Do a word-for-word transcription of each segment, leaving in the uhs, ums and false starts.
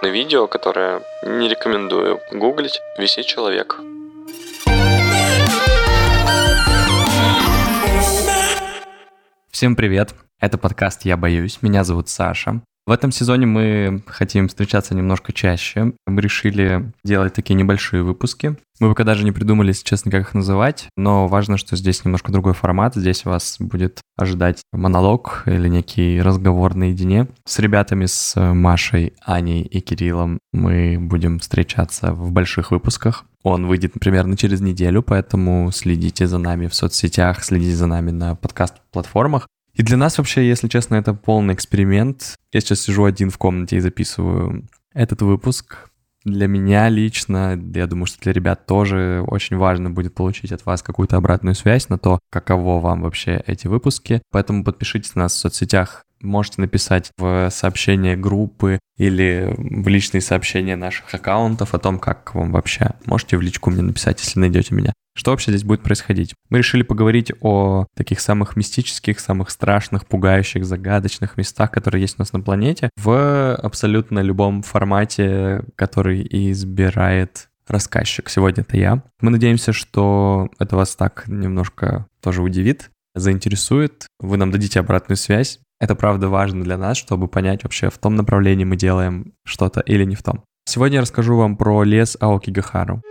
На видео, которое не рекомендую гуглить, висит человек. Всем привет! Это подкаст «Я боюсь». Меня зовут Саша. В этом сезоне мы хотим встречаться немножко чаще. Мы решили делать такие небольшие выпуски. Мы пока даже не придумали, если честно, как их называть, но важно, что здесь немножко другой формат. Здесь вас будет ожидать монолог или некий разговор наедине. С ребятами, с Машей, Аней и Кириллом мы будем встречаться в больших выпусках. Он выйдет примерно через неделю, поэтому следите за нами в соцсетях, следите за нами на подкаст-платформах. И для нас вообще, если честно, это полный эксперимент. Я сейчас сижу один в комнате и записываю этот выпуск. Для меня лично, я думаю, что для ребят тоже очень важно будет получить от вас какую-то обратную связь на то, каково вам вообще эти выпуски. Поэтому подпишитесь на нас в соцсетях. Можете написать в сообщения группы или в личные сообщения наших аккаунтов о том, как вам вообще. Можете в личку мне написать, если найдете меня. Что вообще здесь будет происходить? Мы решили поговорить о таких самых мистических, самых страшных, пугающих, загадочных местах, которые есть у нас на планете, в абсолютно любом формате, который избирает рассказчик. Сегодня это я. Мы надеемся, что это вас так немножко тоже удивит, заинтересует. Вы нам дадите обратную связь. Это правда важно для нас, чтобы понять вообще, в том направлении мы делаем что-то или не в том. Сегодня я расскажу вам про лес Аокигахару.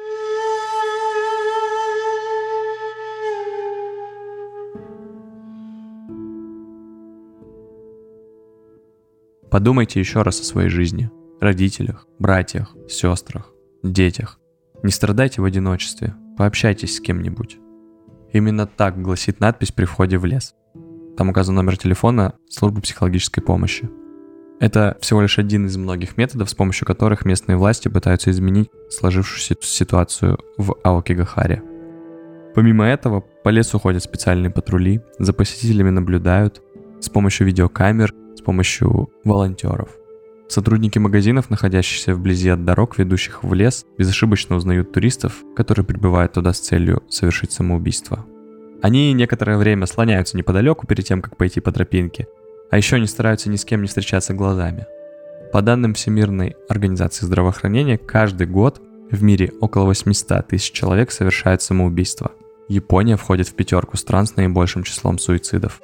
Подумайте еще раз о своей жизни, родителях, братьях, сестрах, детях. Не страдайте в одиночестве, пообщайтесь с кем-нибудь. Именно так гласит надпись при входе в лес. Там указан номер телефона службы психологической помощи. Это всего лишь один из многих методов, с помощью которых местные власти пытаются изменить сложившуюся ситуацию в Аокигахаре. Помимо этого, по лесу ходят специальные патрули, за посетителями наблюдают с помощью видеокамер, с помощью волонтеров. Сотрудники магазинов, находящихся вблизи от дорог, ведущих в лес, безошибочно узнают туристов, которые прибывают туда с целью совершить самоубийство. Они некоторое время слоняются неподалеку перед тем, как пойти по тропинке, а еще они стараются ни с кем не встречаться глазами. По данным Всемирной организации здравоохранения, каждый год в мире около восемьсот тысяч человек совершают самоубийство. Япония входит в пятерку стран с наибольшим числом суицидов.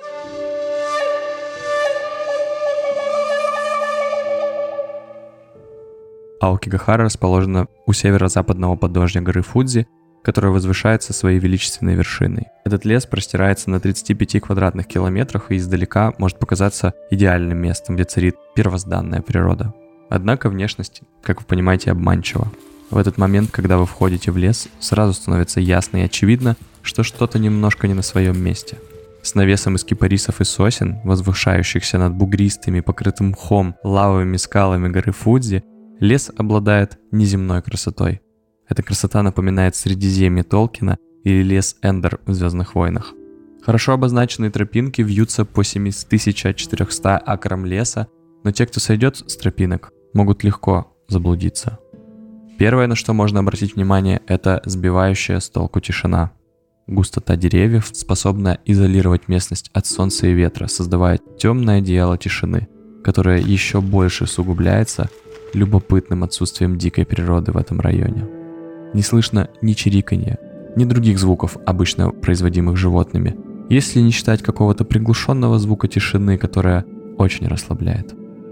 Аокигахара расположена у северо-западного подножья горы Фудзи, которая возвышается своей величественной вершиной. Этот лес простирается на тридцати пяти квадратных километрах и издалека может показаться идеальным местом, где царит первозданная природа. Однако внешность, как вы понимаете, обманчива. В этот момент, когда вы входите в лес, сразу становится ясно и очевидно, что что-то немножко не на своем месте. С навесом из кипарисов и сосен, возвышающихся над бугристыми, покрытым мхом, лавовыми скалами горы Фудзи, лес обладает неземной красотой. Эта красота напоминает Средиземье Толкина или лес Эндер в «Звездных войнах». Хорошо обозначенные тропинки вьются по семь тысяч четыреста акрам леса, но те, кто сойдет с тропинок, могут легко заблудиться. Первое, на что можно обратить внимание, это сбивающая с толку тишина. Густота деревьев способна изолировать местность от солнца и ветра, создавая темное одеяло тишины, которое еще больше усугубляется любопытным отсутствием дикой природы в этом районе. Не слышно ни чириканья, ни других звуков, обычно производимых животными, если не считать какого-то приглушенного звука тишины, которая очень расслабляет.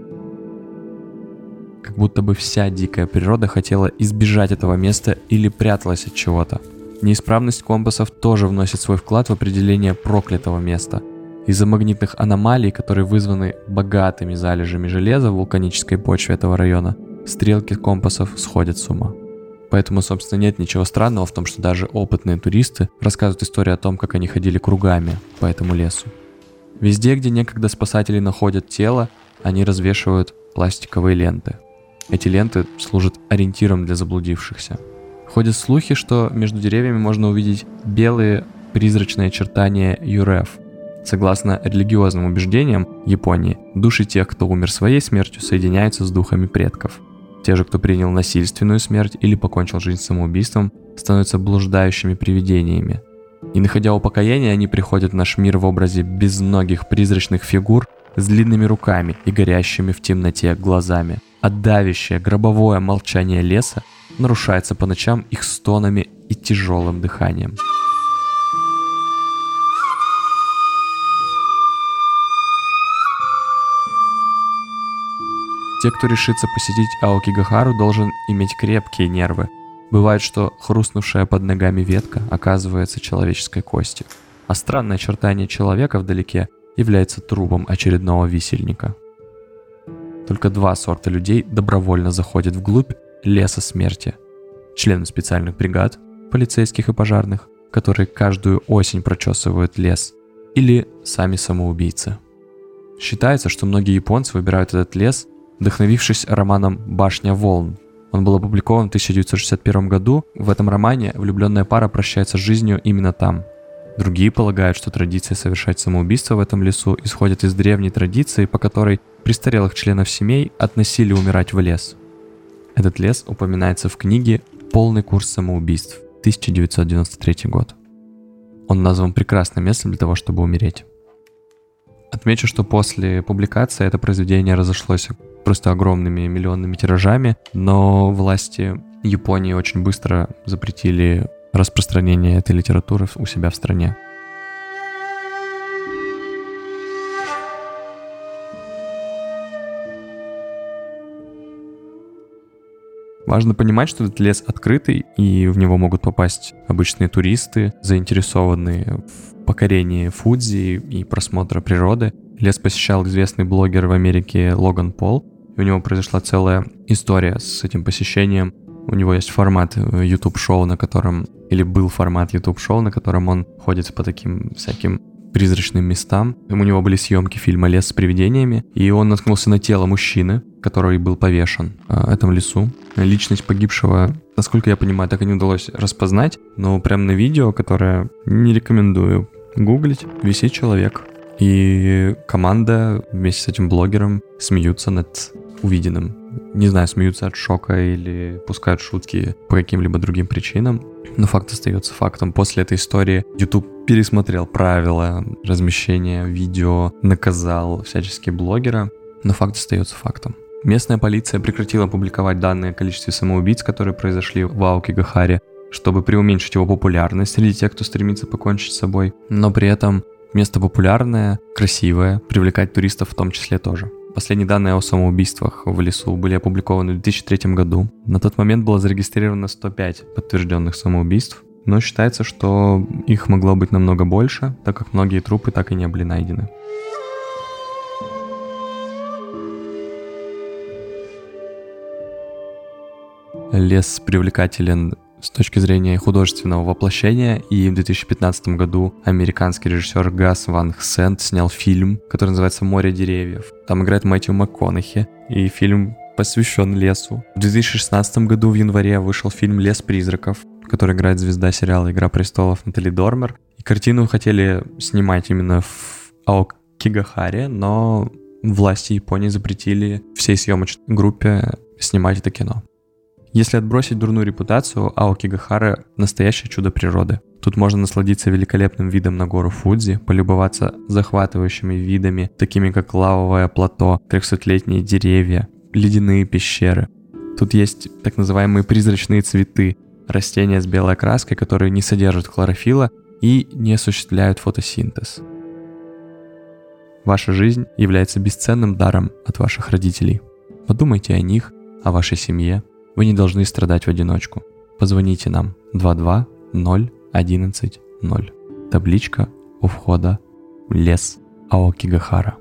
Как будто бы вся дикая природа хотела избежать этого места или пряталась от чего-то. Неисправность компасов тоже вносит свой вклад в определение проклятого места. Из-за магнитных аномалий, которые вызваны богатыми залежами железа в вулканической почве этого района, стрелки компасов сходят с ума. Поэтому, собственно, нет ничего странного в том, что даже опытные туристы рассказывают историю о том, как они ходили кругами по этому лесу. Везде, где некогда спасатели находят тело, они развешивают пластиковые ленты. Эти ленты служат ориентиром для заблудившихся. Ходят слухи, что между деревьями можно увидеть белые призрачные очертания юреф. Согласно религиозным убеждениям Японии, души тех, кто умер своей смертью, соединяются с духами предков. Те же, кто принял насильственную смерть или покончил жизнь самоубийством, становятся блуждающими привидениями. И находя упокоение, они приходят в наш мир в образе безногих призрачных фигур с длинными руками и горящими в темноте глазами. а давящее гробовое молчание леса нарушается по ночам их стонами и тяжелым дыханием. Те, кто решится посетить Аокигахару, должен иметь крепкие нервы. Бывает, что хрустнувшая под ногами ветка оказывается человеческой костью, а странное очертание человека вдалеке является трупом очередного висельника. Только два сорта людей добровольно заходят вглубь леса смерти. Члены специальных бригад, полицейских и пожарных, которые каждую осень прочесывают лес, или сами самоубийцы. Считается, что многие японцы выбирают этот лес, вдохновившись романом «Башня волн». Он был опубликован в тысяча девятьсот шестьдесят первом году. В этом романе влюбленная пара прощается с жизнью именно там. Другие полагают, что традиция совершать самоубийство в этом лесу исходит из древней традиции, по которой престарелых членов семей относили умирать в лес. Этот лес упоминается в книге «Полный курс самоубийств» тысяча девятьсот девяносто третий год. Он назван прекрасным местом для того, чтобы умереть. Отмечу, что после публикации это произведение разошлось просто огромными миллионными тиражами, но власти Японии очень быстро запретили распространение этой литературы у себя в стране. Важно понимать, что этот лес открытый, и в него могут попасть обычные туристы, заинтересованные в покорении Фудзи и просмотра природы. Лес посещал известный блогер в Америке Логан Пол, и у него произошла целая история с этим посещением. У него есть формат YouTube-шоу, на котором, или был формат YouTube-шоу, на котором он ходит по таким всяким призрачным местам. У него были съемки фильма «Лес с привидениями», и он наткнулся на тело мужчины, который был повешен в этом лесу. Личность погибшего, насколько я понимаю, так и не удалось распознать, но прямо на видео, которое не рекомендую гуглить, висит человек. И команда вместе с этим блогером смеются над увиденным. Не знаю, смеются от шока или пускают шутки по каким-либо другим причинам, но факт остается фактом. После этой истории YouTube пересмотрел правила размещения видео, наказал всячески блогера, но факт остается фактом. Местная полиция прекратила публиковать данные о количестве самоубийц, которые произошли в Аокигахаре, чтобы преуменьшить его популярность среди тех, кто стремится покончить с собой, но при этом место популярное, красивое, привлекать туристов в том числе тоже. Последние данные о самоубийствах в лесу были опубликованы в две тысячи третьем году. На тот момент было зарегистрировано сто пять подтвержденных самоубийств, но считается, что их могло быть намного больше, так как многие трупы так и не были найдены. Лес привлекателен с точки зрения художественного воплощения, и в две тысячи пятнадцатом году американский режиссер Гас Ван Хсент снял фильм, который называется «Море деревьев». Там играет Мэтью МакКонахи, и фильм посвящен лесу. В две тысячи шестнадцатом году в январе вышел фильм «Лес призраков», в котором играет звезда сериала «Игра престолов» Натали Дормер. И картину хотели снимать именно в Аокигахаре, но власти Японии запретили всей съемочной группе снимать это кино. Если отбросить дурную репутацию, Аокигахара – настоящее чудо природы. Тут можно насладиться великолепным видом на гору Фудзи, полюбоваться захватывающими видами, такими как лавовое плато, трехсотлетние деревья, ледяные пещеры. Тут есть так называемые призрачные цветы, растения с белой окраской, которые не содержат хлорофилла и не осуществляют фотосинтез. Ваша жизнь является бесценным даром от ваших родителей. Подумайте о них, о вашей семье. Вы не должны страдать в одиночку. Позвоните нам два два ноль одиннадцать ноль. Табличка у входа в лес Аокигахара.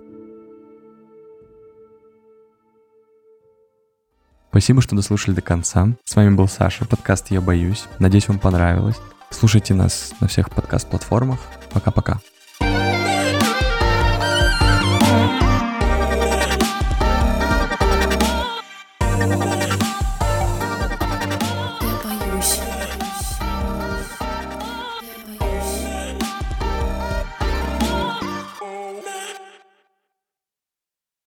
Спасибо, что дослушали до конца. С вами был Саша, подкаст «Я боюсь». Надеюсь, вам понравилось. Слушайте нас на всех подкаст-платформах. Пока-пока.